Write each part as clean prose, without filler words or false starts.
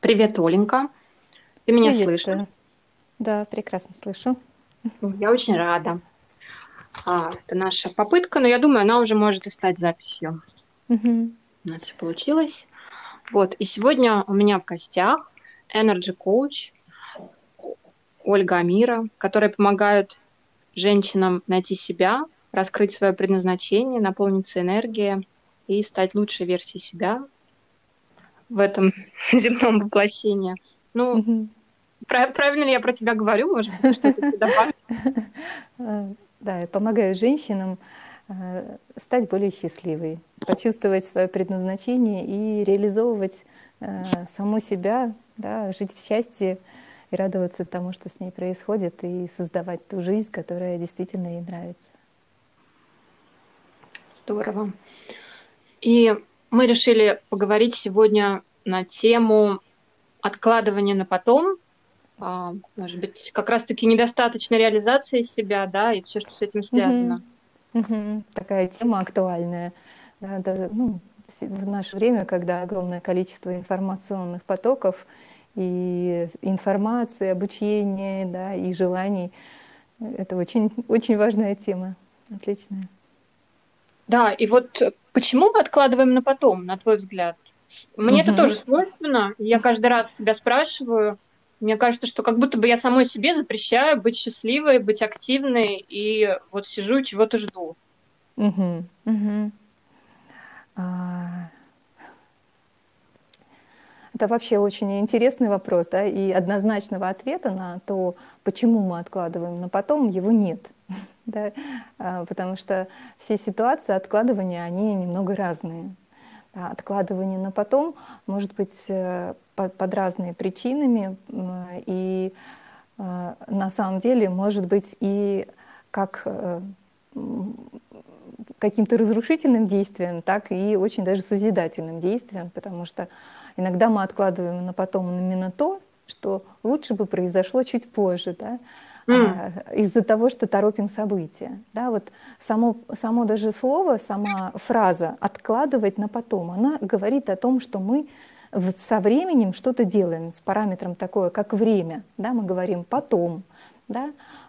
Привет, Оленька. Ты меня слышишь? Приветствую. Да, прекрасно слышу. Я очень рада. Это наша попытка, но я думаю, она уже может и стать записью. Мгм. У нас все получилось. Вот, и сегодня у меня в гостях Energy Coach Ольга Амира, которая помогает женщинам найти себя, раскрыть свое предназначение, наполниться энергией и стать лучшей версией себя в этом земном воплощении. Ну, Мгм. правильно ли я про тебя говорю? Может быть, ты что-то еще добавишь? Да, я помогаю женщинам стать более счастливой, почувствовать свое предназначение и реализовывать саму себя, да, жить в счастье и радоваться тому, что с ней происходит, и создавать ту жизнь, которая действительно ей нравится. Здорово. И мы решили поговорить сегодня на тему откладывания на потом, может быть, как раз-таки недостаточной реализации себя, да, и все, что с этим Мгм. связано. Мгм. Такая тема актуальная. Да, ну, в наше время, когда огромное количество информационных потоков и информации, обучения, да, и желаний, это очень, очень важная тема. Отличная. Да, и вот почему мы откладываем на потом, на твой взгляд? Мне это Мгм. тоже свойственно. И я каждый раз себя спрашиваю. Мне кажется, что как будто бы я самой себе запрещаю быть счастливой, быть активной, и вот сижу и чего-то жду. Мгм. Мгм. А, Это вообще очень интересный вопрос, да, и однозначного ответа на то, почему мы откладываем на потом, его нет. Да, потому что все ситуации откладывания, они немного разные. Да, откладывание на потом может быть под разными причинами, и на самом деле может быть и как м, каким-то разрушительным действием, так и очень даже созидательным действием, потому что иногда мы откладываем на потом именно то, что лучше бы произошло чуть позже, да, М, из-за того, что торопим события. Да, вот само даже слово, сама фраза «откладывать на потом», она говорит о том, что мы со временем что-то делаем с параметром такое, как время. Да, мы говорим «потом». Да,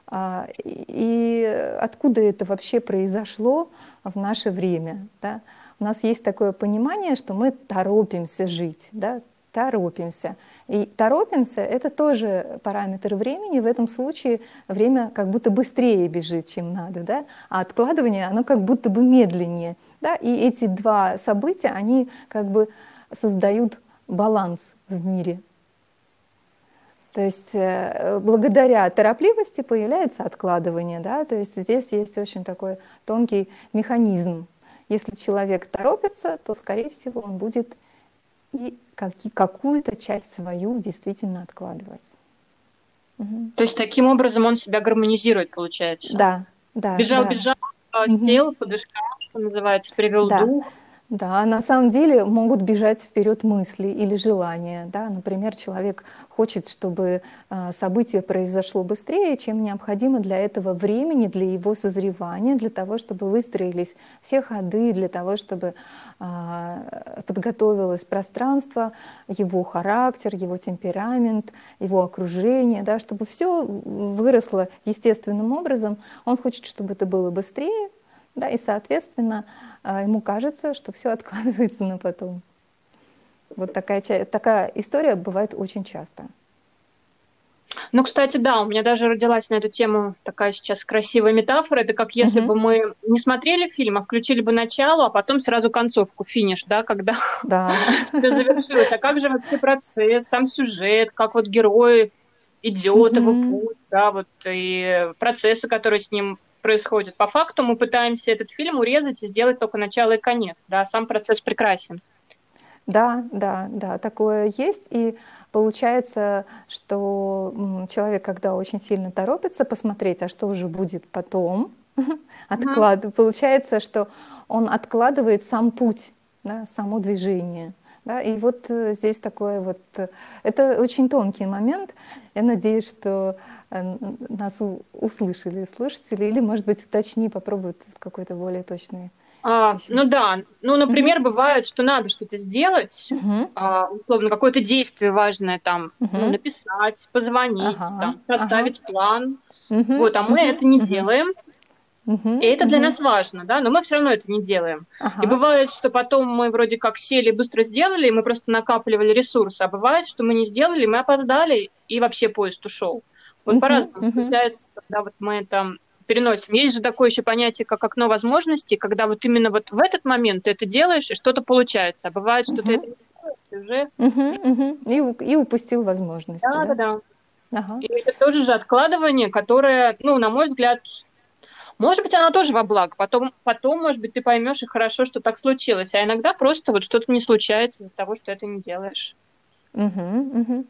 и откуда это вообще произошло в наше время? Да? У нас есть такое понимание, что мы торопимся жить, да? Торопимся. И торопимся — это тоже параметр времени. В этом случае время как будто быстрее бежит, чем надо, да? А откладывание, оно как будто бы медленнее. Да? И эти два события, они как бы создают баланс в мире. То есть благодаря торопливости появляется откладывание, да, то есть здесь есть очень такой тонкий механизм. Если человек торопится, то, скорее всего, он будет и какую-то часть свою действительно откладывать. Мгм. То есть таким образом он себя гармонизирует, получается. Да, да, Бежал, да. бежал, Мгм. сел, подышал, что называется, привел Да. дух. Да, на самом деле могут бежать вперед мысли или желания. Да? Например, человек хочет, чтобы событие произошло быстрее, чем необходимо для этого времени, для его созревания, для того, чтобы выстроились все ходы, для того, чтобы подготовилось пространство, его характер, его темперамент, его окружение, да? Чтобы все выросло естественным образом. Он хочет, чтобы это было быстрее, да, и, соответственно, ему кажется, что все откладывается на потом. Вот такая история бывает очень часто. Ну, кстати, да, у меня даже родилась на эту тему такая сейчас красивая метафора. Это как если Мгм. бы мы не смотрели фильм, а включили бы начало, а потом сразу концовку, финиш, да, когда Да. все завершилось. А как же вообще процесс, сам сюжет, как вот герой идет, его Мгм. путь, да, вот и процессы, которые с ним происходят. По факту мы пытаемся этот фильм урезать и сделать только начало и конец, да, сам процесс прекрасен. Да, да, да, такое есть. И получается, что человек, когда очень сильно торопится посмотреть, а что же будет потом, Мгм. получается, что он откладывает сам путь, да, само движение. Да, и вот здесь такое вот, это очень тонкий момент. Я надеюсь, что нас услышали слушатели, или, может быть, уточни, попробуют какой-то более точный Еще. Ну да, ну, Мгм. например, бывает, что надо что-то сделать, Мгм. условно, какое-то действие важное там, ну, Мгм. написать, позвонить, Ага. там, Ага. составить план. Мгм. Вот, а мы Мгм. это не Мгм. делаем, и Мгм. это для Мгм. нас важно, да, но мы все равно это не делаем. И Ага. бывает, что потом мы вроде как сели, быстро сделали, и мы просто накапливали ресурсы, а бывает, что мы не сделали, мы опоздали, и вообще поезд ушел. Вот Мгм. по-разному Мгм. случается, когда вот мы это переносим. Есть же такое еще понятие, как окно возможностей, когда вот именно вот в этот момент ты это делаешь, и что-то получается. А бывает, что ты Мгм. это не делаешь, и уже... Мгм. Мгм. И упустил возможности, да? Да-да-да. Ага. И это тоже же откладывание, которое, ну, на мой взгляд, может быть, оно тоже во благо. Потом, может быть, ты поймешь, и хорошо, что так случилось. А иногда просто вот что-то не случается из-за того, что это не делаешь. Мгм. Мгм.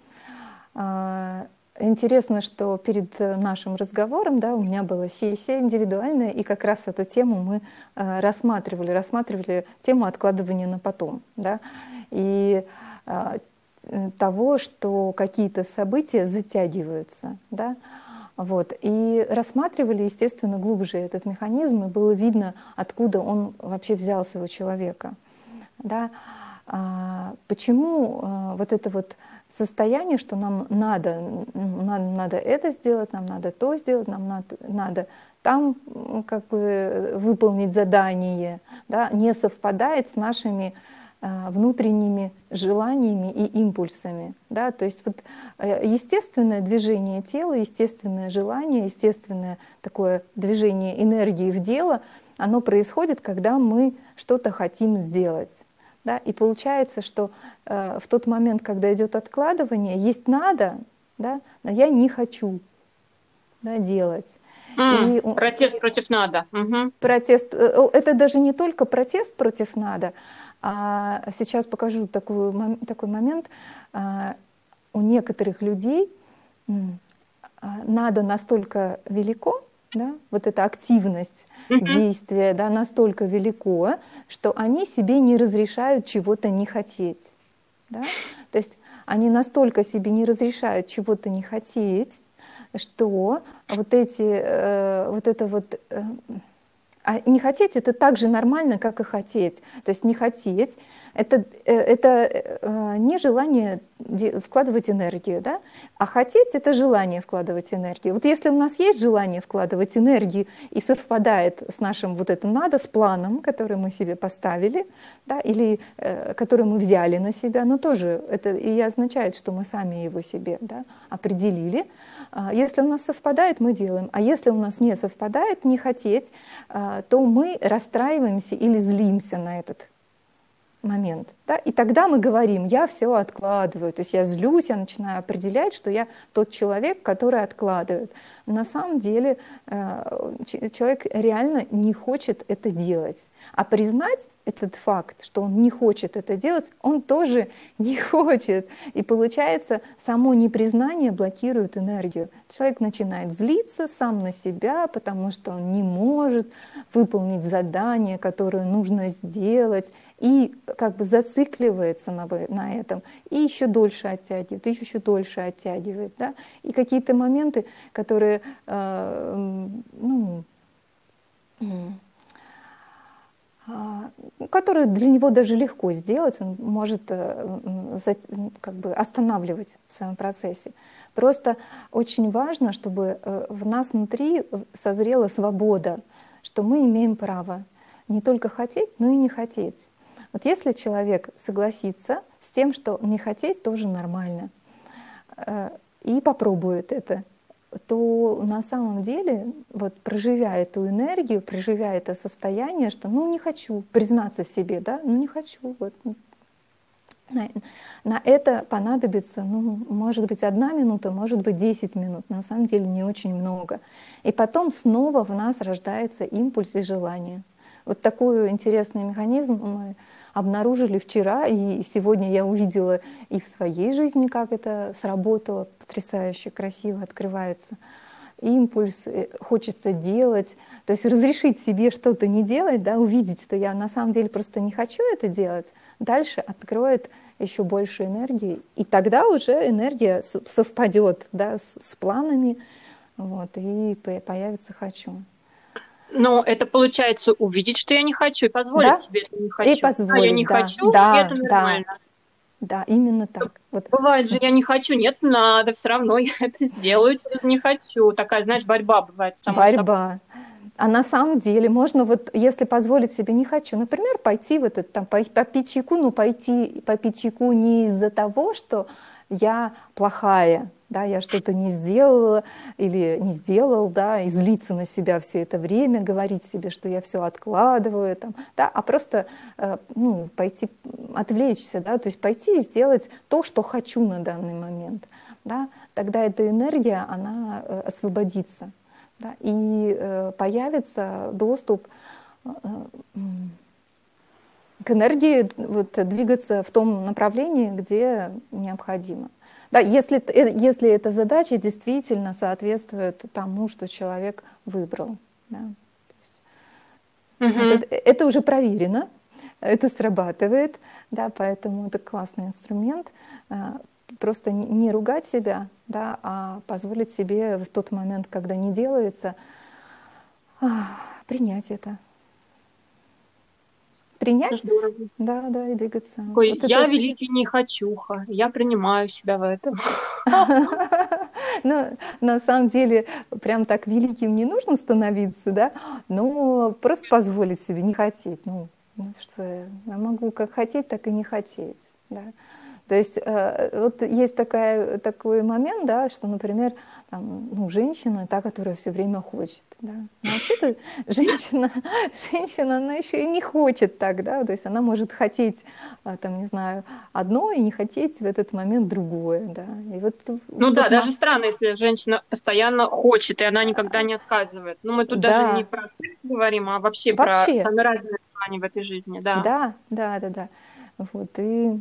А, Интересно, что перед нашим разговором, да, у меня была сессия индивидуальная, и как раз эту тему мы рассматривали тему откладывания на потом, да, и а, того, что какие-то события затягиваются, да, вот, и рассматривали, естественно, глубже этот механизм, и было видно, откуда он вообще взялся у человека, да. Почему вот это вот состояние, что нам надо это сделать, нам надо то сделать, нам надо там как бы выполнить задание, да, не совпадает с нашими внутренними желаниями и импульсами. Да? То есть вот естественное движение тела, естественное желание, естественное такое движение энергии в дело, оно происходит, когда мы что-то хотим сделать. Да? И получается, что в тот момент, когда идет откладывание, есть надо, да, но я не хочу, да, делать. И Протест против надо. Мгм. протест, это даже не только протест против надо, а сейчас покажу такой момент. У некоторых людей надо настолько велико, да, вот эта активность Мгм. действия, да, настолько велико, что они себе не разрешают чего-то не хотеть. Да? То есть они настолько себе не разрешают чего-то не хотеть, что вот это вот а не хотеть это так же нормально, как и хотеть. То есть не хотеть это не желание вкладывать энергию, да? А хотеть это желание вкладывать энергию. Вот если у нас есть желание вкладывать энергию и совпадает с нашим вот этим надо, с планом, который мы себе поставили, да, или который мы взяли на себя, но тоже это и означает, что мы сами его себе, да, определили. Если у нас совпадает, мы делаем. А если у нас не совпадает, не хотеть, то мы расстраиваемся или злимся на этот момент. Да? И тогда мы говорим, я все откладываю. То есть я злюсь, я начинаю определять, что я тот человек, который откладывает. На самом деле человек реально не хочет это делать. А признать этот факт, что он не хочет это делать, он тоже не хочет. И получается, само непризнание блокирует энергию. Человек начинает злиться сам на себя, потому что он не может выполнить задание, которое нужно сделать, и как бы зацикливается на этом, и еще дольше оттягивает, и еще дольше оттягивает. Да? И какие-то моменты, которые ну, которые для него даже легко сделать, он может как бы останавливать в своем процессе. Просто очень важно, чтобы в нас внутри созрела свобода, что мы имеем право не только хотеть, но и не хотеть. Вот если человек согласится с тем, что не хотеть тоже нормально, и попробует это, то на самом деле, вот проживя эту энергию, проживя это состояние, что ну не хочу признаться себе, да, ну не хочу, вот, на, на это понадобится, ну, может быть, 1 минута, может быть, 10 минут, на самом деле не очень много. И потом снова в нас рождается импульс и желание. Вот такой интересный механизм мы обнаружили вчера, и сегодня я увидела и в своей жизни, как это сработало, потрясающе красиво открывается импульс, хочется делать, то есть разрешить себе что-то не делать, да, увидеть, что я на самом деле просто не хочу это делать, дальше откроет еще больше энергии, и тогда уже энергия совпадет, да, с планами, вот, и появится «хочу». Но это получается увидеть, что я не хочу, и позволить Да? себе это не И хочу. Да, я позволить, не да, хочу, и это да, да, нормально. да, именно так. Вот Бывает же, я не хочу, нет, надо, все равно я это сделаю через не хочу. Такая, знаешь, борьба бывает само собой. борьба. А на самом деле можно вот, если позволить себе не хочу, например, пойти в этот, там, попить чайку, но пойти попить чайку не из-за того, что я плохая, да, я что-то не сделала или не сделал, да, и злиться на себя все это время, говорить себе, что я все откладываю, там, да, а просто ну, пойти отвлечься, да, то есть пойти и сделать то, что хочу на данный момент, да, тогда эта энергия, она освободится. Да, и появится доступ к энергии вот, двигаться в том направлении, где необходимо. Да, если эта задача действительно соответствует тому, что человек выбрал. Да. Мгм. Это уже проверено, это срабатывает, да, поэтому это классный инструмент. Просто не ругать себя, да, а позволить себе в тот момент, когда не делается, принять это. Принять, Здорово. да, да, и двигаться. Такой, Вот я это. великий нехочуха, я принимаю себя в этом. Но на самом деле прям так великим не нужно становиться, да, но просто позволить себе не хотеть. Ну что я могу как хотеть, так и не хотеть, да. То есть вот есть такой момент, да, что, например, там, ну, женщина, та, которая все время хочет, да. Но вообще-то женщина, она еще и не хочет так, да, то есть она может хотеть, там, не знаю, одно и не хотеть в этот момент другое, да. И вот в Ну тот да, даже момент, странно, если женщина постоянно хочет, и она никогда не отказывает. Ну, мы тут даже не да, про секс говорим, а вообще про вообще, самые разные желания в этой жизни, да. да, да, да, да. Вот, и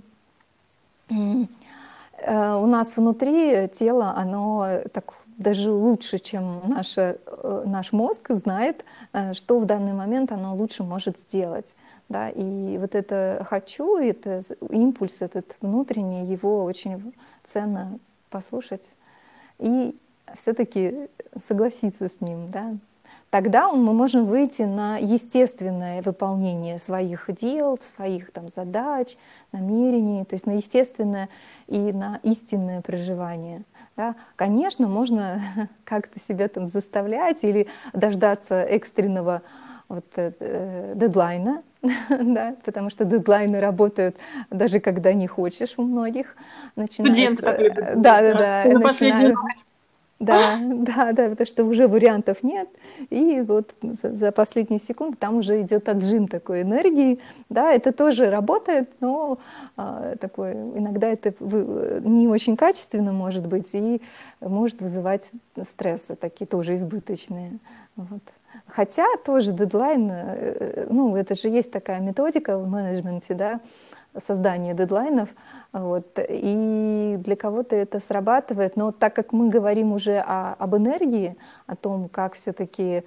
у нас внутри тело, оно так даже лучше, чем наш мозг знает, что в данный момент оно лучше может сделать. Да? И вот это «хочу», это импульс этот внутренний, его очень ценно послушать и все-таки согласиться с ним. Да? Тогда мы можем выйти на естественное выполнение своих дел, своих там, задач, намерений, то есть на естественное и на истинное проживание. Да? Конечно, можно как-то себя там заставлять или дождаться экстренного вот, дедлайна, да, потому что дедлайны работают даже когда не хочешь у многих, начиная Студенты так любят да, делать, да, да. да, На последнюю начиная новость. да, да, да, потому что уже вариантов нет, и вот за последние секунды там уже идет отжим такой энергии, да, это тоже работает, но такой, иногда это не очень качественно может быть и может вызывать стрессы такие тоже избыточные. Вот. Хотя тоже дедлайн, ну, это же есть такая методика в менеджменте, да, создания дедлайнов, вот, и для кого-то это срабатывает, но так как мы говорим уже об энергии, о том, как все-таки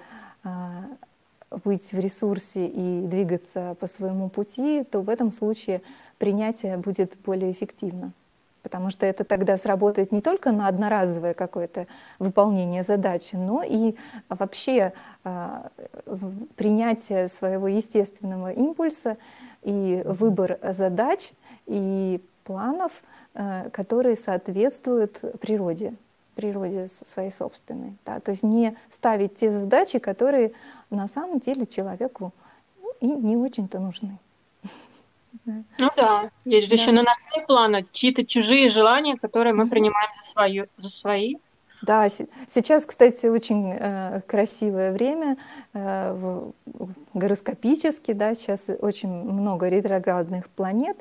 быть в ресурсе и двигаться по своему пути, то в этом случае принятие будет более эффективно. Потому что это тогда сработает не только на одноразовое какое-то выполнение задачи, но и вообще принятие своего естественного импульса и выбор задач и планов, которые соответствуют природе своей собственной. Да? То есть не ставить те задачи, которые на самом деле человеку ну, и не очень-то нужны. Ну да, есть же еще Да. наносные планы, чьи-то чужие желания, которые мы Мгм. принимаем за свои. Да, сейчас, кстати, очень красивое время гороскопически, да, сейчас очень много ретроградных планет,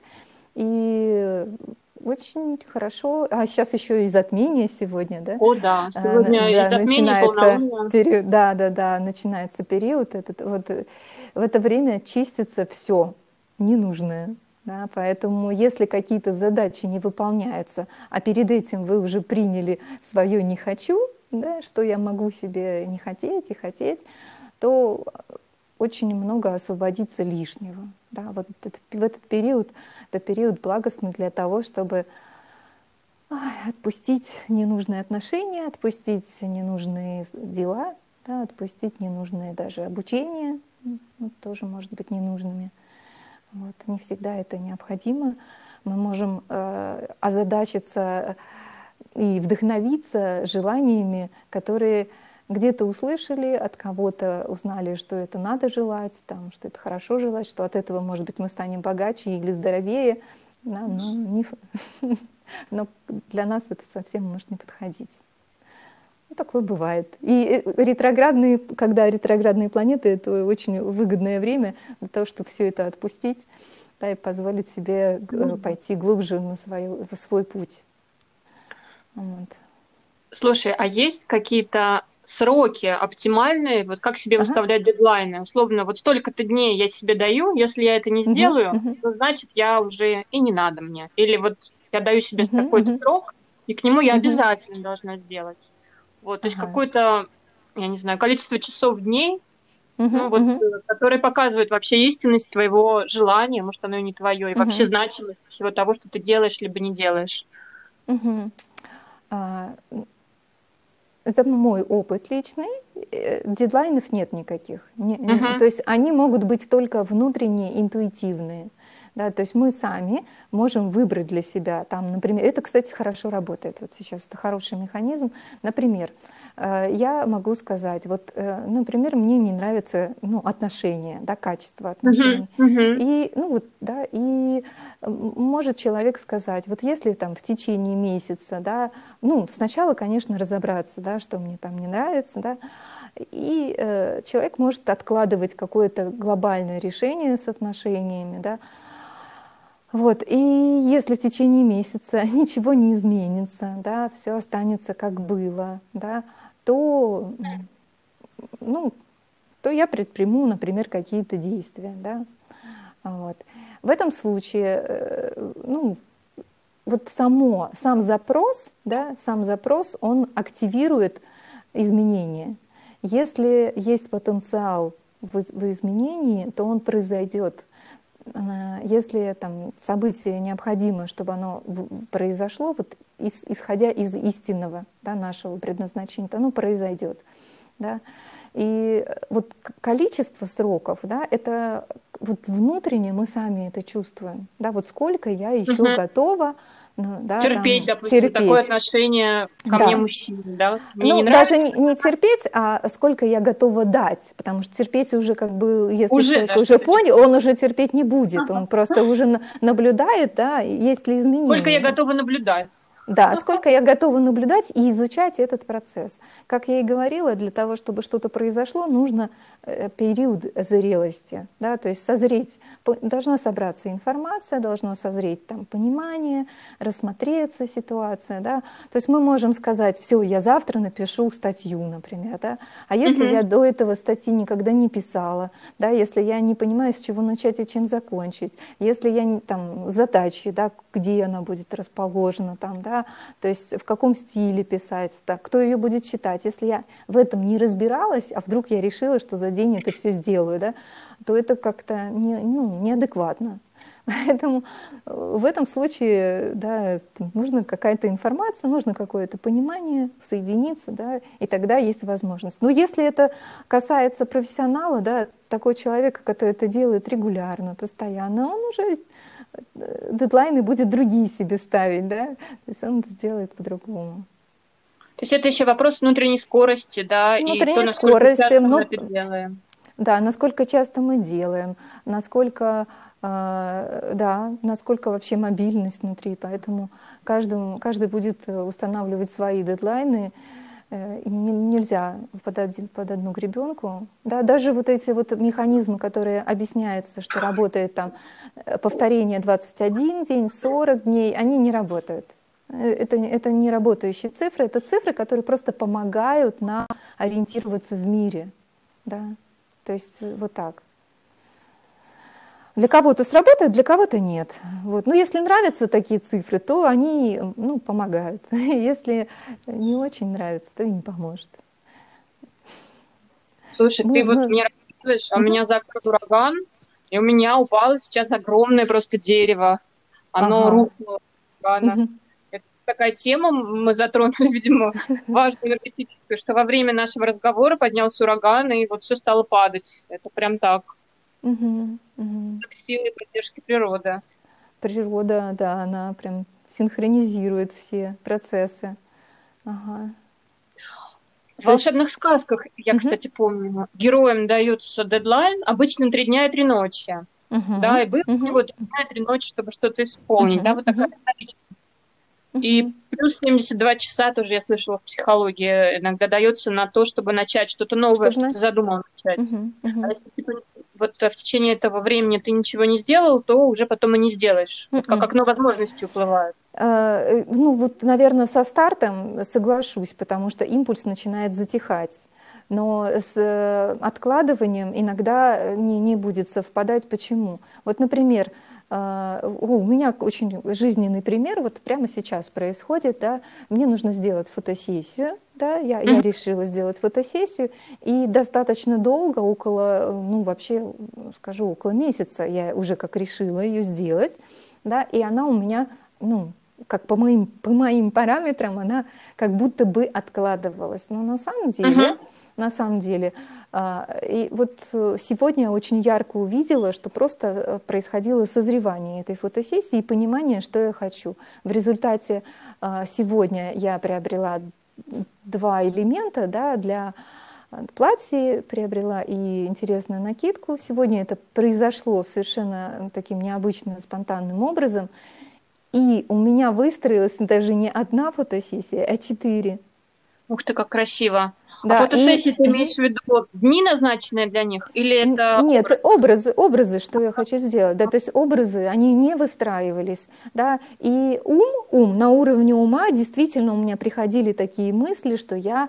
и очень хорошо, а сейчас еще и затмение сегодня, да, О да, сегодня и да, затмение, и начинается полнолуние. период, да, начинается период этот, вот в это время чистится все ненужное. Да, поэтому если какие-то задачи не выполняются, а перед этим вы уже приняли свое «не хочу», да, что я могу себе не хотеть и хотеть, то очень много освободится лишнего. Да, вот в этот период, это период благостный для того, чтобы отпустить ненужные отношения, отпустить ненужные дела, да, отпустить ненужное даже обучение, тоже может быть ненужными. Вот. Не всегда это необходимо. Мы можем озадачиться и вдохновиться желаниями, которые где-то услышали, от кого-то узнали, что это надо желать, там, что это хорошо желать, что от этого, может быть, мы станем богаче или здоровее. Да, но для нас это совсем может не подходить. Ну, такое бывает. И ретроградные, когда ретроградные планеты, это очень выгодное время для того, чтобы все это отпустить, да, и позволить себе пойти глубже на свой путь. Вот. Слушай, а есть какие-то сроки оптимальные, вот как себе выставлять дедлайны? Условно, вот столько-то дней я себе даю, если я это не сделаю, то значит я уже и не надо мне. Или вот я даю себе такой-то срок, и к нему я обязательно должна сделать. Вот, то есть какое-то, я не знаю, количество часов, дней, ну вот, которые показывают вообще истинность твоего желания, может, оно и не твое, и вообще значимость всего того, что ты делаешь либо не делаешь. Это мой опыт личный. Дедлайнов нет никаких. То есть они могут быть только внутренние, интуитивные. Да, то есть мы сами можем выбрать для себя, там, например, это, кстати, хорошо работает, вот сейчас это хороший механизм. Например, я могу сказать, вот, например, мне не нравятся, отношения, да, качество отношений. И, и может человек сказать, вот если там в течение месяца, да, сначала, конечно, разобраться, да, что мне там не нравится, да, и человек может откладывать какое-то глобальное решение с отношениями, да. Вот, и если в течение месяца ничего не изменится, да, все останется как было, да, то я предприму, например, какие-то действия, да. Вот. В этом случае, вот сам запрос, да, он активирует изменения. Если есть потенциал в изменении, то он произойдет. Если там событие необходимо, чтобы оно произошло, вот исходя из истинного, да, нашего предназначения, то оно произойдет. Да. И вот количество сроков, да, это вот внутренне мы сами это чувствуем. Да, вот сколько я еще готова, да, терпеть, допустим, такое отношение ко мне мужчине, да? Мне не нравится. Даже не терпеть, а сколько я готова дать, потому что терпеть уже как бы, если человек уже понял, он уже терпеть не будет, он просто уже наблюдает, да, есть ли изменения. Сколько я готова наблюдать. Да, сколько я готова наблюдать и изучать этот процесс. Как я и говорила, для того, чтобы что-то произошло, нужно период зрелости, да, то есть созреть. Должна собраться информация, должно созреть там понимание, рассмотреться ситуация, да. То есть мы можем сказать, все, я завтра напишу статью, например, да. А если я до этого статьи никогда не писала, да, если я не понимаю, с чего начать и чем закончить, если я там задачи, да, где она будет расположена, там, да, то есть в каком стиле писать, да, кто ее будет читать. Если я в этом не разбиралась, а вдруг я решила, что за день это все сделаю, да, то это как-то неадекватно. Поэтому в этом случае, да, нужна какая-то информация, нужно какое-то понимание, соединиться, да, и тогда есть возможность. Но если это касается профессионала, да, такой человека, который это делает регулярно, постоянно, он уже дедлайны будет другие себе ставить, да, то есть он это сделает по-другому. То есть это еще вопрос внутренней скорости, да, внутренней и то, насколько часто мы это делаем. Да, насколько часто мы делаем, насколько, насколько вообще мобильность внутри, поэтому каждый будет устанавливать свои дедлайны, и нельзя под одну гребенку. Да, даже вот эти вот механизмы, которые объясняются, что работает там повторение 21 день, 40 дней, они не работают. Это не работающие цифры, это цифры, которые просто помогают нам ориентироваться в мире. Да? То есть вот так. Для кого-то сработает, для кого-то нет. Вот. Но если нравятся такие цифры, то они помогают. Если не очень нравится, то и не поможет. Слушай, ты вот мне рассказываешь, а у меня закрыл ураган, и у меня упало сейчас огромное просто дерево. Оно рухнуло. такая тема, мы затронули, видимо, важную энергетическую, что во время нашего разговора поднялся ураган, и вот все стало падать. Это прям так, Мгм, мгм. как силы поддержки природы. Природа, да, она прям синхронизирует все процессы. Ага. В То есть, волшебных сказках, я, мгм, кстати, помню, героям дается дедлайн обычно 3 дня и 3 ночи. Да, мгм, и было у мгм, него 3 дня и 3 ночи, чтобы что-то исполнить. Да, мгм, вот такая мгм, методичка. И мгм. плюс 72 часа, тоже я слышала в психологии, иногда дается на то, чтобы начать что-то новое, Чтобы что ты начать. задумал начать. Мгм, А мгм. если типа, вот в течение этого времени ты ничего не сделал, то уже потом и не сделаешь. Вот как Мгм. окно возможностей уплывает. Ну вот, наверное, со стартом соглашусь, потому что импульс начинает затихать. Но с откладыванием иногда не будет совпадать. Почему? Вот, например, у меня очень жизненный пример, вот прямо сейчас происходит, да, мне нужно сделать фотосессию, да, я Мгм. решила сделать фотосессию, и достаточно долго, около, ну вообще, скажу, около месяца я уже как решила ее сделать, да, и она у меня, ну, как по моим параметрам, она как будто бы откладывалась. Но Мгм. на самом деле, и вот сегодня я очень ярко увидела, что просто происходило созревание этой фотосессии и понимание, что я хочу. В результате сегодня я приобрела 2 элемента, да, для платья, приобрела и интересную накидку. Сегодня это произошло совершенно таким необычным, спонтанным образом. И у меня выстроилась даже не одна фотосессия, а 4. Ух ты, как красиво. А Да, и фотосессии ты имеешь в виду дни, назначенные для них, или это нет, образ? образы, что я хочу сделать, да, то есть образы, они не выстраивались, да, и на уровне ума действительно у меня приходили такие мысли, что я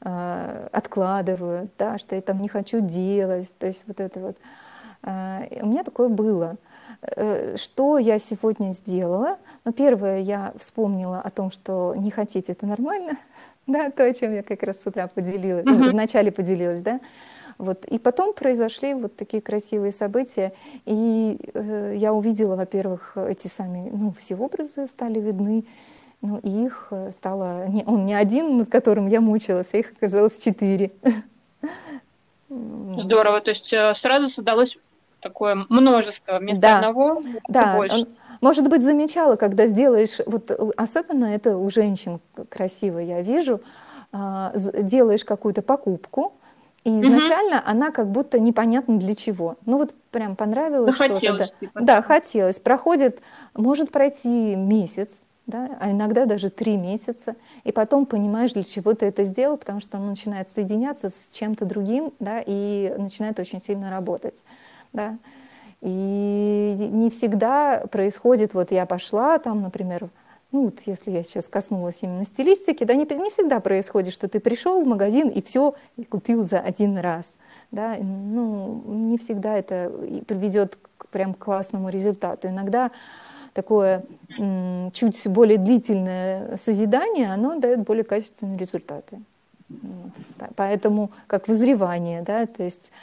откладываю, да, что я там не хочу делать, то есть вот это вот. У меня такое было. Что я сегодня сделала? Ну, первое, я вспомнила о том, что не хотеть это нормально, да, то, о чем я как раз с утра поделилась, Мгм. вначале поделилась, да. Вот. И потом произошли вот такие красивые события, и я увидела, во-первых, эти сами, ну, все образы стали видны, ну, и их стало, он не один, над которым я мучилась, а их оказалось 4. Вот. Здорово. То есть сразу создалось такое множество. Вместо Да, одного это да, больше. может быть, замечала, когда сделаешь, вот особенно это у женщин красиво я вижу, делаешь какую-то покупку, и Мгм. изначально она как будто непонятно для чего. Ну вот прям понравилось что-то, да, Захотелось, типа, да, да. хотелось. Проходит, может пройти месяц, да, а иногда даже 3 месяца, и потом понимаешь, для чего ты это сделал, потому что оно начинает соединяться с чем-то другим, да, и начинает очень сильно работать, да. И не всегда происходит, вот я пошла там, например, ну вот если я сейчас коснулась именно стилистики, да, не всегда происходит, что ты пришел в магазин и все купил за один раз, да, ну не всегда это приведет к прям классному результату. Иногда такое чуть более длительное созидание, оно дает более качественные результаты. Вот. Поэтому как вызревание, да, то есть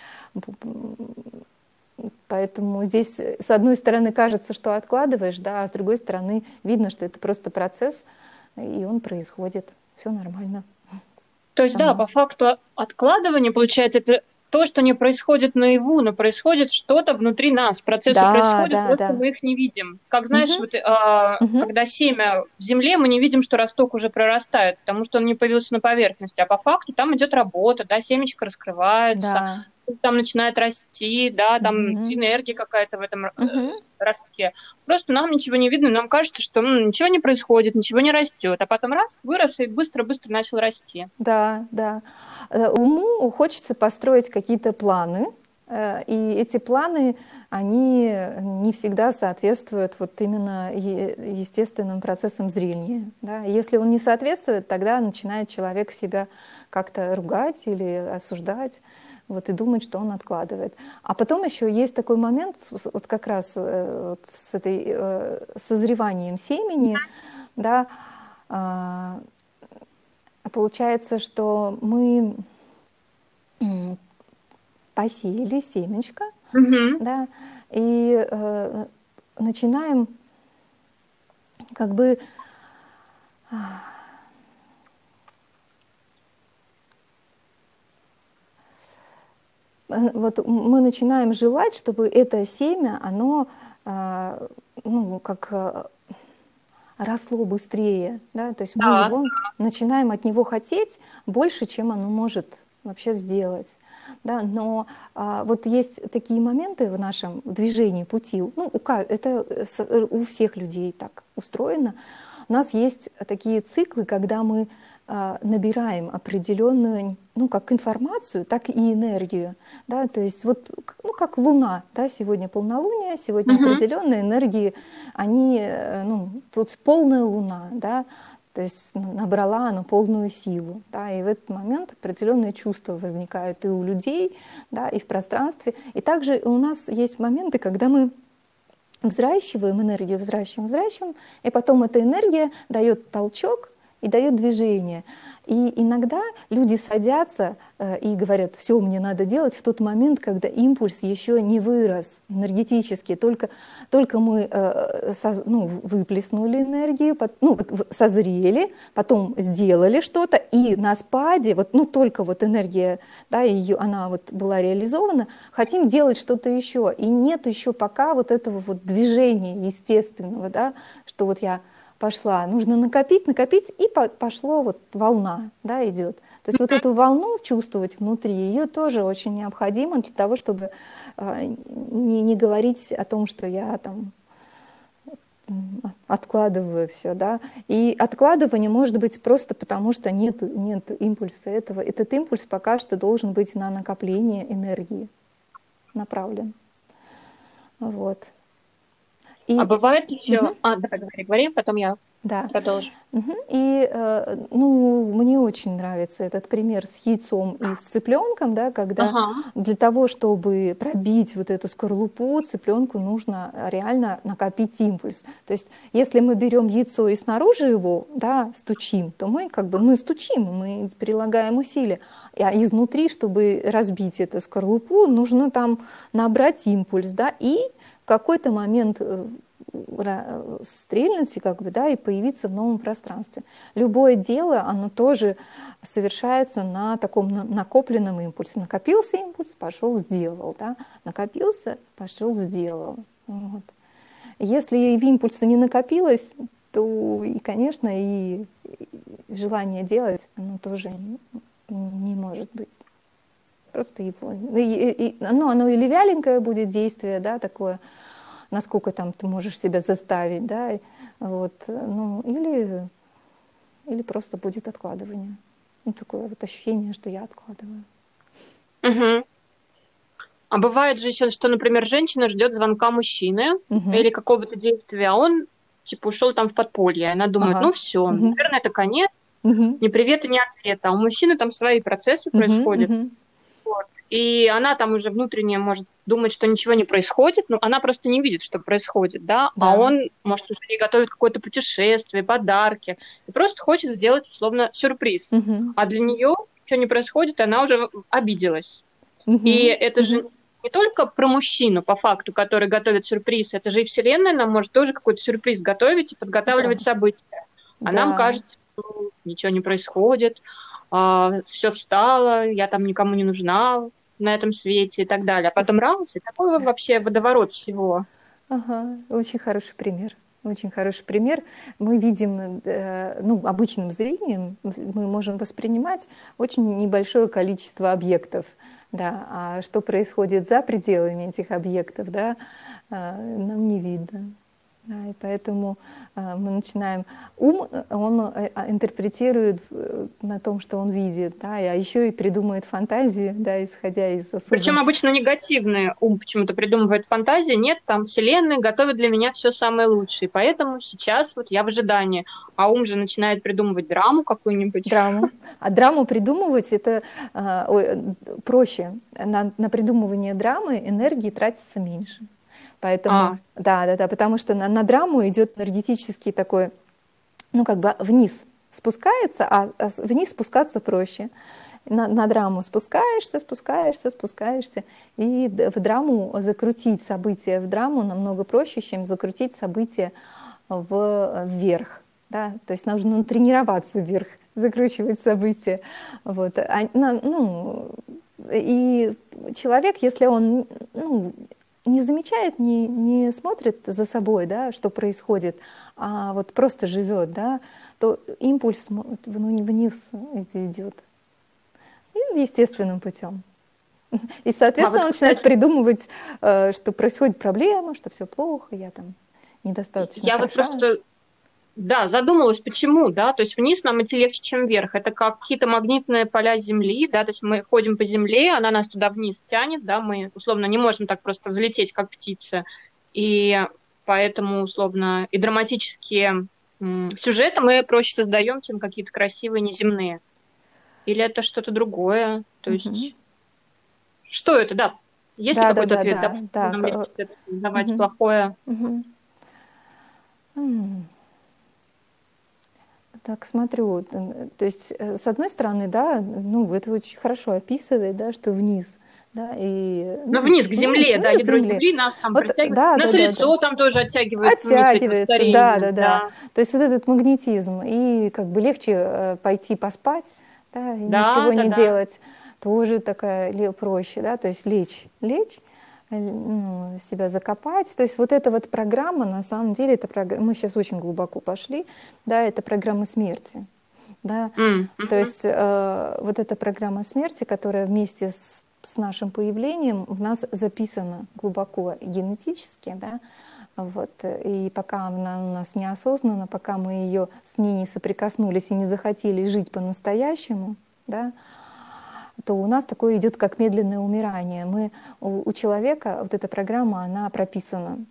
поэтому здесь, с одной стороны, кажется, что откладываешь, да, а с другой стороны, видно, что это просто процесс, и он происходит. Все нормально, То есть, да, само. по факту откладывания, получается, это то, что не происходит наяву, но происходит что-то внутри нас. Процессы Да, происходят, да, просто да. мы их не видим. Как знаешь, Мгм, вот, мгм. когда семя в земле, мы не видим, что росток уже прорастает, потому что он не появился на поверхности. А по факту там идет работа, да, семечко раскрывается, Да. там начинает расти, да, там Мгм, энергия какая-то в этом мгм. ростке. Просто нам ничего не видно, нам кажется, что ничего не происходит, ничего не растет, а потом раз, вырос и быстро-быстро начал расти. Да, да. Уму хочется построить какие-то планы, и эти планы, они не всегда соответствуют вот именно естественным процессам зрения. Да. Если он не соответствует, тогда начинает человек себя как-то ругать или осуждать, вот, и думать, что он откладывает. А потом еще есть такой момент, вот как раз вот с этой созреванием семени, да, а, получается, что мы посеяли семечко, Мгм. да, и начинаем как бы Вот мы начинаем желать, чтобы это семя, оно ну, как росло быстрее, да, то есть мы Да. его начинаем от него хотеть больше, чем оно может вообще сделать. Да, но вот есть такие моменты в нашем движении пути, ну, это у всех людей так устроено. У нас есть такие циклы, когда мы набираем определенную, ну, как информацию, так и энергию, да, то есть вот, ну, как Луна, да, сегодня полнолуние, сегодня Мгм. определенные энергии, они, ну, тут полная Луна, да, то есть набрала она полную силу, да, и в этот момент определенные чувства возникают и у людей, да, и в пространстве, и также у нас есть моменты, когда мы взращиваем энергию, взращиваем, и потом эта энергия дает толчок и дает движение. И иногда люди садятся и говорят, все, мне надо делать в тот момент, когда импульс еще не вырос энергетически, только мы ну, выплеснули энергию, ну, созрели, потом сделали что-то, и на спаде, вот, ну, только вот энергия, да, она вот была реализована, хотим делать что-то еще, и нет еще пока вот этого вот движения естественного, да, что вот я пошла, нужно накопить, и пошло вот волна, да, идет. То есть вот эту волну чувствовать внутри, ее тоже очень необходимо для того, чтобы не говорить о том, что я там откладываю все, да. И откладывание может быть просто потому, что нет импульса этого. Этот импульс пока что должен быть на накопление энергии направлен. Вот. А И, бывает еще... мгм, давай, говори, потом я да. продолжу. Мгм. И ну, мне очень нравится этот пример с яйцом и с цыпленком, да, когда Ага. для того, чтобы пробить вот эту скорлупу, цыпленку нужно реально накопить импульс. То есть если мы берем яйцо и снаружи его, да, стучим, то мы как бы мы стучим, мы прилагаем усилия. А изнутри, чтобы разбить эту скорлупу, нужно там набрать импульс, да, и в какой-то момент стрельнуть и, как бы, да, и появиться в новом пространстве. Любое дело, оно тоже совершается на таком накопленном импульсе. Накопился импульс, пошел, сделал. Да? Накопился, пошел, сделал. Вот. Если импульса не накопилось, то, и, конечно, и желание делать, оно тоже не может быть. Просто его. Оно или вяленькое будет действие, да, такое, насколько там ты можешь себя заставить, да, вот, ну, или просто будет откладывание. Ну, такое вот ощущение, что я откладываю. Мгм. А бывает же еще, что, например, женщина ждет звонка мужчины Мгм. или какого-то действия, а он типа ушел там в подполье. И она думает, Ага. ну все, Мгм. наверное, это конец, Мгм. ни привета, ни ответа. А у мужчины там свои процессы Мгм. происходят. Мгм. Вот. И она там уже внутренне может думать, что ничего не происходит, но она просто не видит, что происходит, да, а Да. он, может, уже ей готовит какое-то путешествие, подарки, и просто хочет сделать, условно, сюрприз. Мгм. А для нее ничего не происходит, она уже обиделась. И Мгм. это Мгм. же не только про мужчину, по факту, который готовит сюрприз, это же и Вселенная нам может тоже какой-то сюрприз готовить и Да. подготавливать события. А нам Да. кажется, что ничего не происходит, все встало, я там никому не нужна на этом свете и так далее. А потом раз, и такой вообще водоворот всего. Ага, очень хороший пример. Очень хороший пример. Мы видим, ну, обычным зрением мы можем воспринимать очень небольшое количество объектов, да, а что происходит за пределами этих объектов, да, нам не видно. Да, и поэтому мы начинаем... Ум, он интерпретирует на том, что он видит, да, а еще и придумывает фантазии, да, исходя из Причем особенностей. обычно негативный ум почему-то придумывает фантазии. Нет, там Вселенная готовит для меня все самое лучшее. Поэтому сейчас вот я в ожидании. А ум же начинает придумывать драму какую-нибудь. Драму. А драму придумывать это проще. На придумывание драмы энергии тратится меньше. Поэтому, А, да, потому что на драму идет энергетический такой, ну как бы вниз спускается, вниз спускаться проще. На драму спускаешься, и в драму закрутить события в драму намного проще, чем закрутить события вверх. да, то есть нужно тренироваться вверх, закручивать события. Вот. Ну, и человек, если он ну, не замечает, не смотрит за собой, да, что происходит, а вот просто живет, да, то импульс вниз идет. И естественным путем. И, А соответственно, вот, он начинает кстати, придумывать, что происходит проблема, что все плохо, я там недостаточно я вот хороша. просто, да, задумалась, почему, да, то есть вниз нам идти легче, чем вверх. Это как какие-то магнитные поля Земли, да, то есть мы ходим по Земле, она нас туда вниз тянет, да, мы, условно, не можем так просто взлететь, как птица. И поэтому, условно, и драматические сюжеты мы проще создаем, чем какие-то красивые неземные. Или это что-то другое? То Мгм. есть, что это, да? Есть ли Да, да, какой-то да, ответ, да, да, почему да. нам легче это создавать Мгм. плохое? Мгм. М. Так, смотрю, то есть, с одной стороны, да, ну, это очень хорошо описывает, да, что вниз, да, и, Ну, ну, вниз к земле, да, вниз к ядро земле. Земли нас там Вот, притягивает. да, Нас да, да, да. лицо там тоже оттягивается вниз этим Оттягивается, да, да, ускорением, да. да. То есть вот этот магнетизм, и как бы легче пойти поспать, да, и Да, ничего да, не да. делать, тоже такая проще, да, то есть лечь, ну, себя закопать. То есть вот эта вот программа, на самом деле, это мы сейчас очень глубоко пошли, да, это программа смерти, да. То Мгм. есть вот эта программа смерти, которая вместе с нашим появлением в нас записана глубоко генетически, да, вот. И пока она у нас неосознанно, пока мы ее с ней не соприкоснулись и не захотели жить по-настоящему, да, то у нас такое идет как медленное умирание. У человека вот эта программа, она прописана.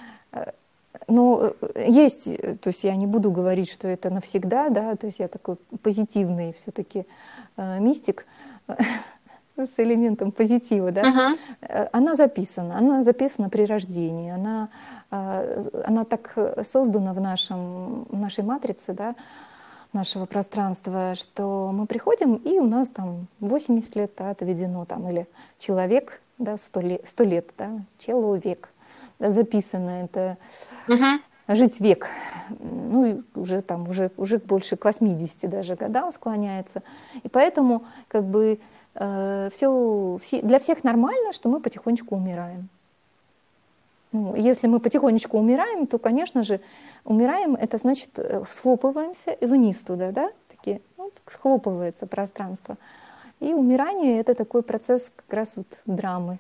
Но есть, то есть я не буду говорить, что это навсегда, да, то есть я такой позитивный все-таки мистик с элементом позитива, да, Мгм. она записана при рождении, она так создана в нашей матрице, да, нашего пространства, что мы приходим, и у нас там 80 лет, да, отведено, там, или человек, да, 100 лет, да, человек, да, записано это Мгм. жить век, ну, и уже больше к 80 даже годам склоняется. И поэтому как бы для всех нормально, что мы потихонечку умираем. Ну, если мы потихонечку умираем, то, конечно же, умираем, это значит, схлопываемся и вниз туда, да, такие, ну, так схлопывается пространство. И умирание — это такой процесс как раз вот драмы.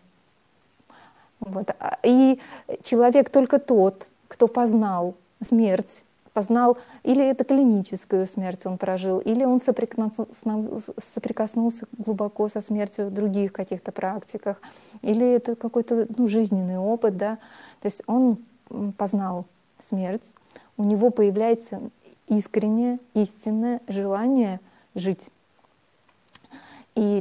Вот. И человек только тот, кто познал смерть, познал, или это клиническую смерть он прожил, или он соприкоснулся глубоко со смертью в других каких-то практиках, или это какой-то жизненный опыт, да, то есть он познал смерть, у него появляется искреннее, истинное желание жить. И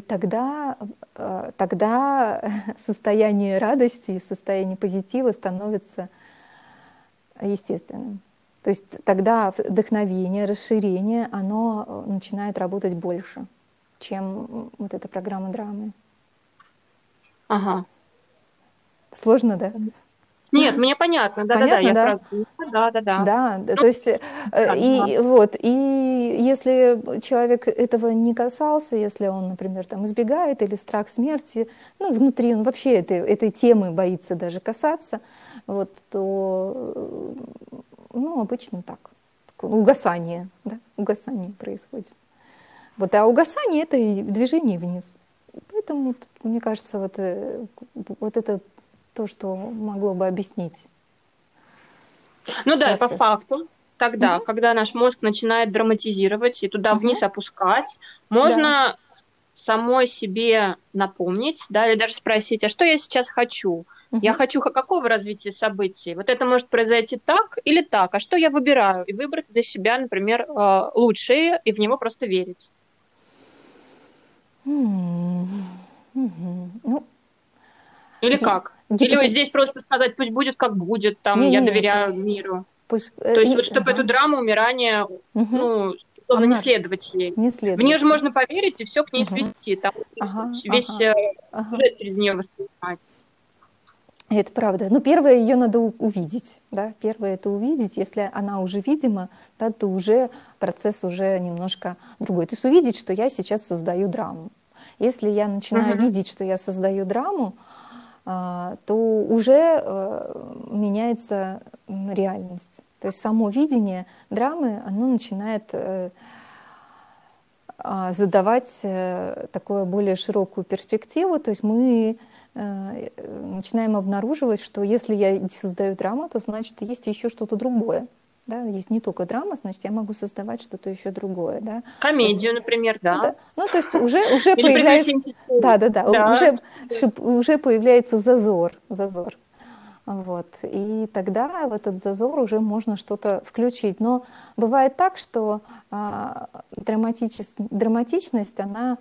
тогда состояние радости, состояние позитива становится естественным. То есть тогда вдохновение, расширение, оно начинает работать больше, чем вот эта программа драмы. Ага. Сложно, да? Нет, мне понятно, да-да-да, Понятно, я да? сразу поняла, да-да-да. Да, Ну, то есть да, да. и если человек этого не касался, если он, например, там избегает или страх смерти, ну, внутри он вообще этой темы боится даже касаться, вот, то, ну, обычно так, такое угасание, да, угасание происходит. Вот, а угасание — это и движение вниз. Поэтому, мне кажется, вот это то, что могло бы объяснить Ну да, и по процесс. факту, тогда, Мгм. когда наш мозг начинает драматизировать и туда Мгм. вниз опускать, Да. можно самой себе напомнить, да, или даже спросить, а что я сейчас хочу? Я Мгм. хочу какого развития событий? Вот это может произойти так или так, а что я выбираю? И выбрать для себя, например, лучшее, и в него просто верить. М. Мгм. Ну, Или ги как? Или гипоте здесь просто сказать, пусть будет как будет, там, я не-не, доверяю миру. пусть, То есть и вот чтобы эту ага. драму умирания, Мгм. ну, условно, не Омар, следовать ей. не В нее следовать же ей. можно поверить и все к ней Мгм. свести. Там Ага, весь ага, ага. сюжет через нее воспринимать. Это правда. Но первое, ее надо увидеть, да. Первое — это увидеть. Если она уже видима, да, то уже процесс уже немножко другой. То есть увидеть, что я сейчас создаю драму. Если я начинаю видеть, что я создаю драму, то уже меняется реальность. То есть само видение драмы, оно начинает задавать такую более широкую перспективу. То есть мы начинаем обнаруживать, что если я создаю драму, то значит есть еще что-то другое. Да? Есть не только драма, значит я могу создавать что-то еще другое. Да? Комедию, например, Ну, да. да. Ну, то есть уже Или появляется, приключенческую. Да. уже появляется зазор. Вот. И тогда в этот зазор уже можно что-то включить. Но бывает так, что драматичность, она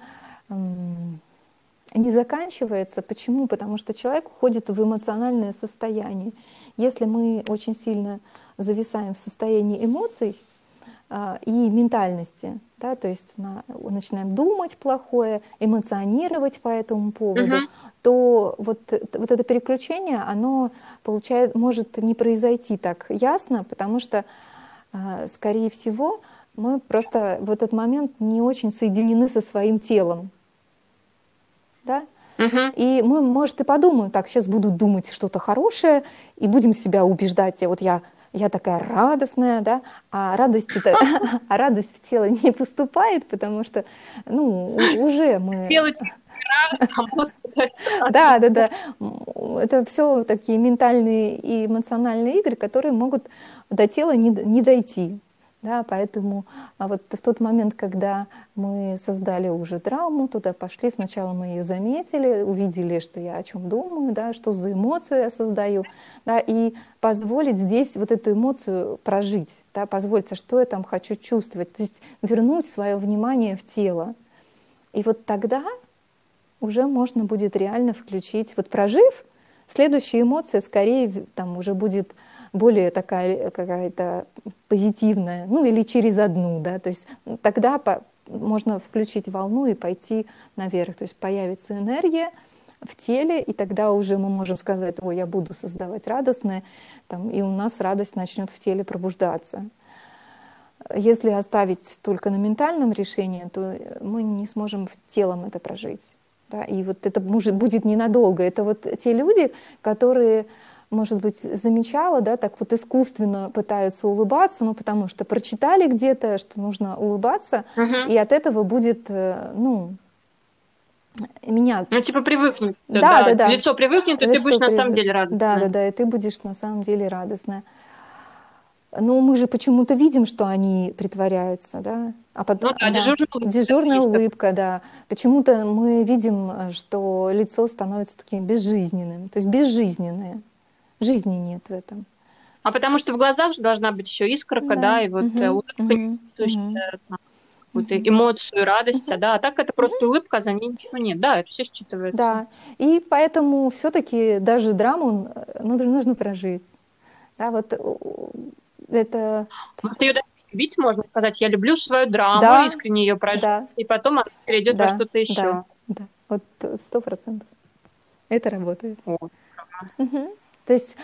не заканчивается. Почему? Потому что человек уходит в эмоциональное состояние. Если мы очень сильно зависаем в состоянии эмоций и ментальности, да, то есть начинаем думать плохое, эмоционировать по этому поводу, то вот это переключение, оно может не произойти так ясно, потому что, скорее всего, мы просто в этот момент не очень соединены со своим телом. Да? И мы, может, и подумаем, так, сейчас буду думать что-то хорошее, и будем себя убеждать, вот я такая радостная, да, а радость в тело не поступает, потому что, уже мы... Да. Это все такие ментальные и эмоциональные игры, которые могут до тела не дойти. Да, поэтому вот в тот момент, когда мы создали уже драму, туда пошли, сначала мы ее заметили, увидели, что я о чем думаю, да, что за эмоцию я создаю, да, и позволить здесь вот эту эмоцию прожить, да, позволить, что я там хочу чувствовать, то есть вернуть свое внимание в тело. И вот тогда уже можно будет реально включить, вот прожив, следующая эмоция скорее там уже будет более такая какая-то позитивная, или через одну, да, то есть тогда можно включить волну и пойти наверх, то есть появится энергия в теле, и тогда уже мы можем сказать, ой, я буду создавать радостное, там, и у нас радость начнет в теле пробуждаться. Если оставить только на ментальном решении, то мы не сможем телом это прожить. Да? И вот это будет ненадолго. Это вот те люди, которые, может быть, замечала, да, так вот искусственно пытаются улыбаться, потому что прочитали где-то, что нужно улыбаться, и от этого будет, меня... типа привыкнуть. Да. Лицо привыкнет, и ты будешь на самом деле радостная. Да, и ты будешь на самом деле радостная. Но мы же почему-то видим, что они притворяются, да? Дежурная улыбка, да. Почему-то мы видим, что лицо становится таким безжизненным, то есть безжизненное. Жизни нет в этом. А потому что в глазах же должна быть еще искорка, да, и вот улыбка, какую-то эмоцию, радость, а так это просто улыбка, а за ней ничего нет. Да, это все считывается. Да, и поэтому все-таки даже драму нужно прожить. Да, вот это... Вот ее даже любить, можно сказать, я люблю свою драму, искренне ее прожить, и потом она перейдет во что-то еще. Да, вот 100%. Это работает. То есть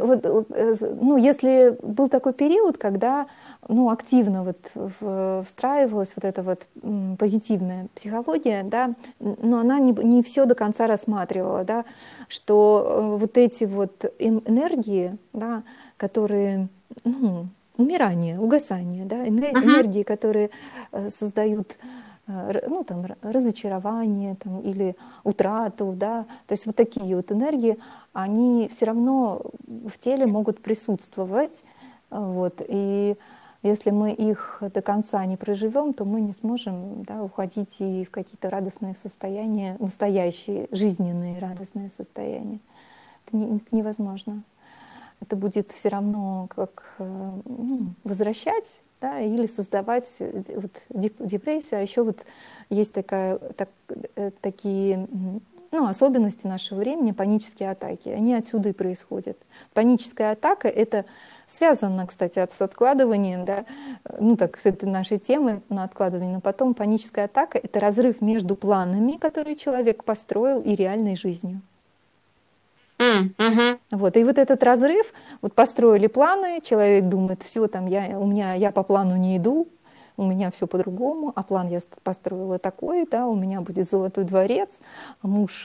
если был такой период, когда активно встраивалась вот эта вот позитивная психология, да, но она не все до конца рассматривала, да, что вот эти вот энергии, да, которые, умирание, угасание, да, энергии, которые создают разочарование или утрату, да, то есть вот такие вот энергии, они все равно в теле могут присутствовать, вот, и если мы их до конца не проживем, то мы не сможем, да, уходить и в какие-то радостные состояния, настоящие, жизненные радостные состояния. Это невозможно. Это будет все равно как возвращать, да, или создавать депрессию. А еще есть такие особенности нашего времени, панические атаки. Они отсюда и происходят. Паническая атака — это связано, кстати, с откладыванием, да, с этой нашей темой на откладывание. Но потом паническая атака — это разрыв между планами, которые человек построил, и реальной жизнью. Мгм. Вот. И вот этот разрыв, вот построили планы, человек думает, все, там я по плану не иду, у меня все по-другому, а план я построила такой, да, у меня будет золотой дворец, муж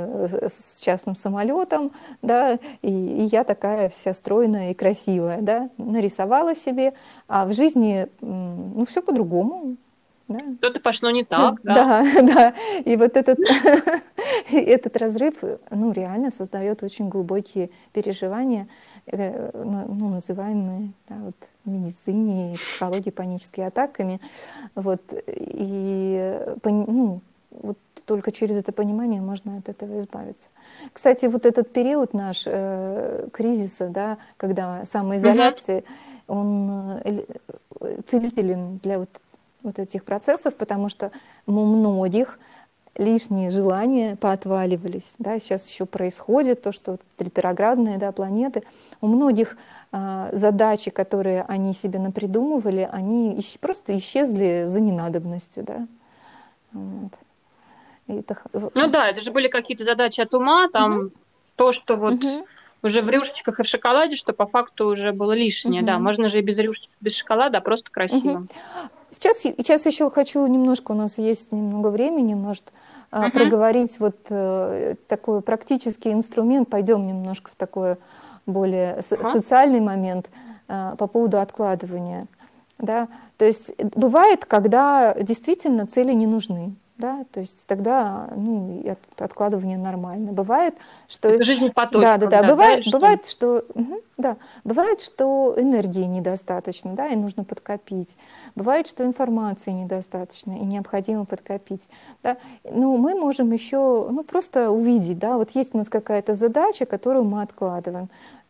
с частным самолетом, да, и я такая вся стройная и красивая, да, нарисовала себе, а в жизни, ну, все по-другому, да. Что-то пошло не так, да. Да, да. И вот этот, этот разрыв, ну, реально создает очень глубокие переживания, ну, называемые, да, вот, в медицине и психологии паническими атаками. Вот, и ну, вот только через это понимание можно от этого избавиться. Кстати, вот этот период наш кризиса, да, когда Мгм. самоизоляции, он целителен для вот этих процессов, потому что у многих лишние желания поотваливались. Да, сейчас еще происходит то, что вот ретроградные, да, планеты. У многих задачи, которые они себе напридумывали, они просто исчезли за ненадобностью. Да. Вот. И Ну да, это же были какие-то задачи от ума, Мгм, там то, что вот мгм, уже в рюшечках и в шоколаде, что по факту уже было лишнее. Да, мгм, можно же и без рюшечек, без шоколада, а просто мгм. красиво. Сейчас еще хочу немножко, у нас есть немного времени, может, Мгм. проговорить вот такой практический инструмент. Пойдем немножко в такой более Ага. социальный момент по поводу откладывания. Да? То есть бывает, когда действительно цели не нужны. Да? То есть тогда ну, и откладывание нормально. Бывает, что Это жизнь в потоке, да, да, да. когда, да, или Бывает, что? бывает, что да, бывает, что энергии недостаточно, да, и нужно подкопить. Бывает, что информации недостаточно и необходимо подкопить. Да. Ну, мы можем еще ну, просто увидеть, да, вот есть у нас какая-то задача, которую мы откладываем.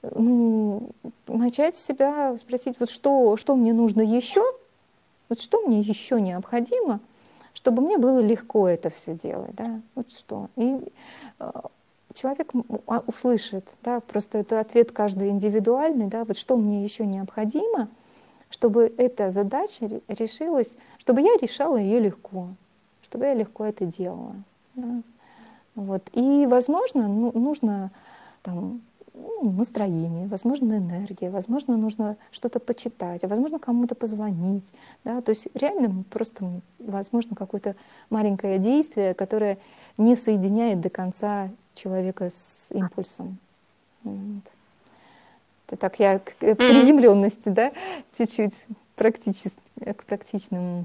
Ну, начать себя спросить, вот что мне нужно еще, вот что мне еще необходимо, чтобы мне было легко это все делать, да, вот что. И э, человек услышит, да, просто это ответ каждый индивидуальный, да, вот что мне еще необходимо, чтобы эта задача решилась, чтобы я решала ее легко, чтобы я легко это делала. Да. Вот. И, возможно, нужно там, ну, настроение, возможно, энергия, возможно, нужно что-то почитать, а возможно, кому-то позвонить. Да? То есть реально просто, возможно, какое-то маленькое действие, которое не соединяет до конца человека с импульсом. Вот. Это так я к Мгм. приземленности, да, чуть-чуть к практичным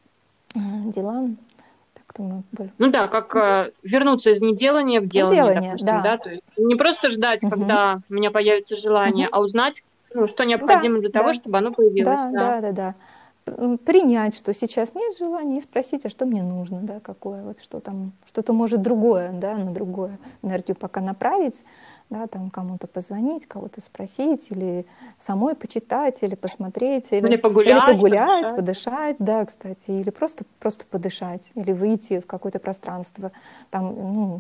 делам. Так думаю, Ну да, как вернуться из неделания в делание, делание, допустим, да. да, то есть не просто ждать, Мгм. когда у меня появится желание, Мгм. а узнать, ну, что Да, необходимо для того, да, чтобы оно появилось, да, да. да, да, да. Принять, что сейчас нет желания, и спросить, а что мне нужно, да, какое вот, что там, что-то может другое, да, на другое энергию пока направить, да, там кому-то позвонить, кого-то спросить, или самой почитать, или посмотреть, Или или погулять, погулять, подышать. подышать, да, кстати, или просто подышать, или выйти в какое-то пространство, там, ну,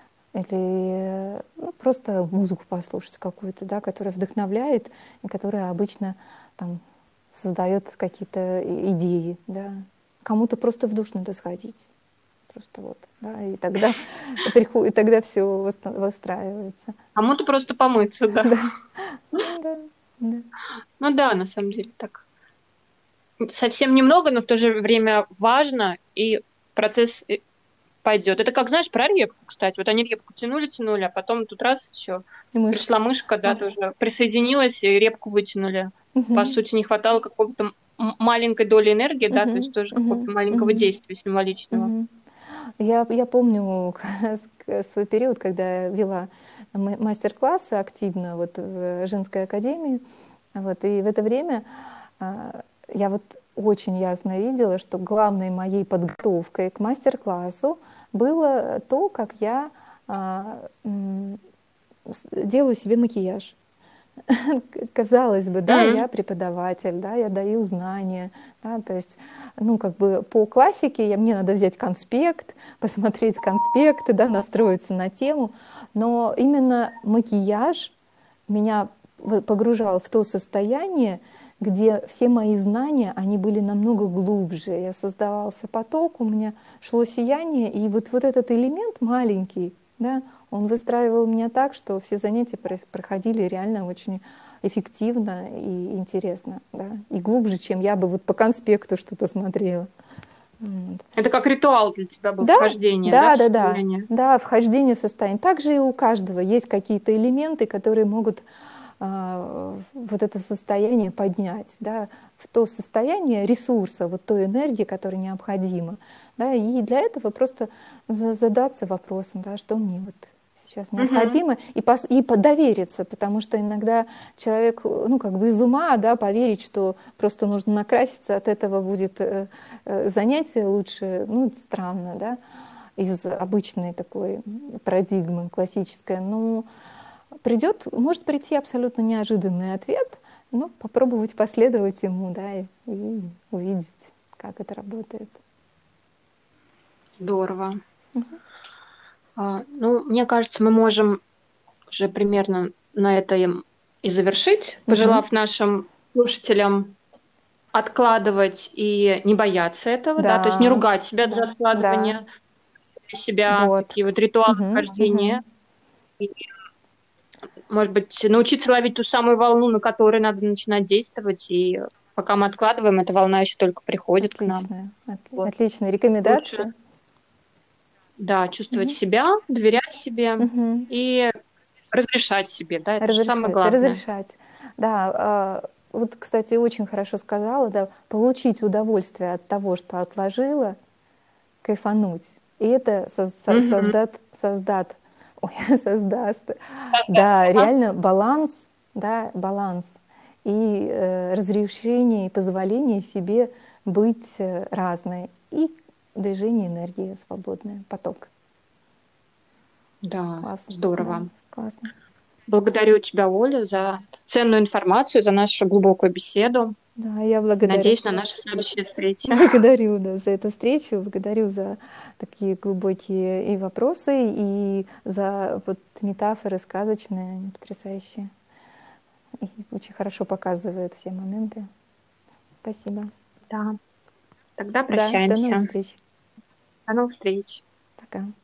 или ну, просто музыку послушать какую-то, да, которая вдохновляет, и которая обычно там создает какие-то идеи, да. Кому-то просто в душ надо сходить, просто вот, да, и тогда приходит, и тогда все выстраивается. Кому-то просто помыться, да. Да, да, да. Ну да, на самом деле так. Совсем немного, но в то же время важно, и процесс пойдет. Это как, знаешь, про репку, кстати. Вот они репку тянули, тянули, а потом тут раз еще И мышка. пришла мышка, да, тоже присоединилась, и репку вытянули. По Мгм, сути, не хватало какого-то маленькой доли энергии, да, то есть мгм, тоже какого-то мгм, маленького мгм, действия символичного. мгм. Я помню свой период, когда я вела мастер-классы активно вот в женской академии. Вот, и в это время я вот очень ясно видела, что главной моей подготовкой к мастер-классу было то, как я делаю себе макияж. Казалось бы, да, М. я преподаватель, да, я даю знания, да, то есть, ну, как бы по классике мне надо взять конспект, посмотреть конспекты, да, настроиться на тему, но именно макияж меня погружал в то состояние, где все мои знания, они были намного глубже. Я создавался поток, у меня шло сияние, и вот этот элемент маленький, да, Он выстраивал меня так, что все занятия проходили реально очень эффективно и интересно, да, и глубже, чем я бы вот по конспекту что-то смотрела. Вот. Это как ритуал для тебя был, Да, вхождение, да, да, в да, да, состояние? да, вхождение в состояние. Также и у каждого есть какие-то элементы, которые могут вот это состояние поднять, да, в то состояние ресурса, вот той энергии, которая необходима. Да, и для этого просто задаться вопросом, да, что мне вот сейчас Мгм. необходимо, и довериться, потому что иногда человек, ну, как бы из ума, да, поверить, что просто нужно накраситься, от этого будет занятие лучше, ну, это странно, да, из обычной такой парадигмы классической. Но может прийти абсолютно неожиданный ответ, но попробовать последовать ему, да, и увидеть, как это работает. Здорово. Мгм. Ну, мне кажется, мы можем уже примерно на это и завершить, Мгм. пожелав нашим слушателям откладывать и не бояться этого, да, то есть не Да, ругать себя за да, откладывание, для себя вот. такие вот ритуалы Мгм, вхождения, мгм. и, может быть, научиться ловить ту самую волну, на которой надо начинать действовать, и пока мы откладываем, эта волна еще только приходит к нам. Отлично, Вот. отличная Лучше, рекомендация. да, чувствовать Мгм, себя, доверять себе мгм. и разрешать себе, да, это же самое Разрешать, главное. разрешать. Да, вот, кстати, очень хорошо сказала, да, получить удовольствие от того, что отложила, кайфануть. И это Мгм. создаст, ой, создаст, Создаст, да, ага. реально баланс, да, баланс и разрешение и позволение себе быть разной и движение энергии свободное, поток. Да, Класс, да, здорово. классно. Благодарю тебя, Оля, за ценную информацию, за нашу глубокую беседу. Да, я И благодарю. надеюсь на наши следующие встречи. Благодарю, да, за эту встречу, благодарю за такие глубокие и вопросы, и за вот метафоры сказочные, они потрясающие. И очень хорошо показывают все моменты. Спасибо. Да, тогда Да, до новых прощаемся. встреч. До новых встреч. Пока.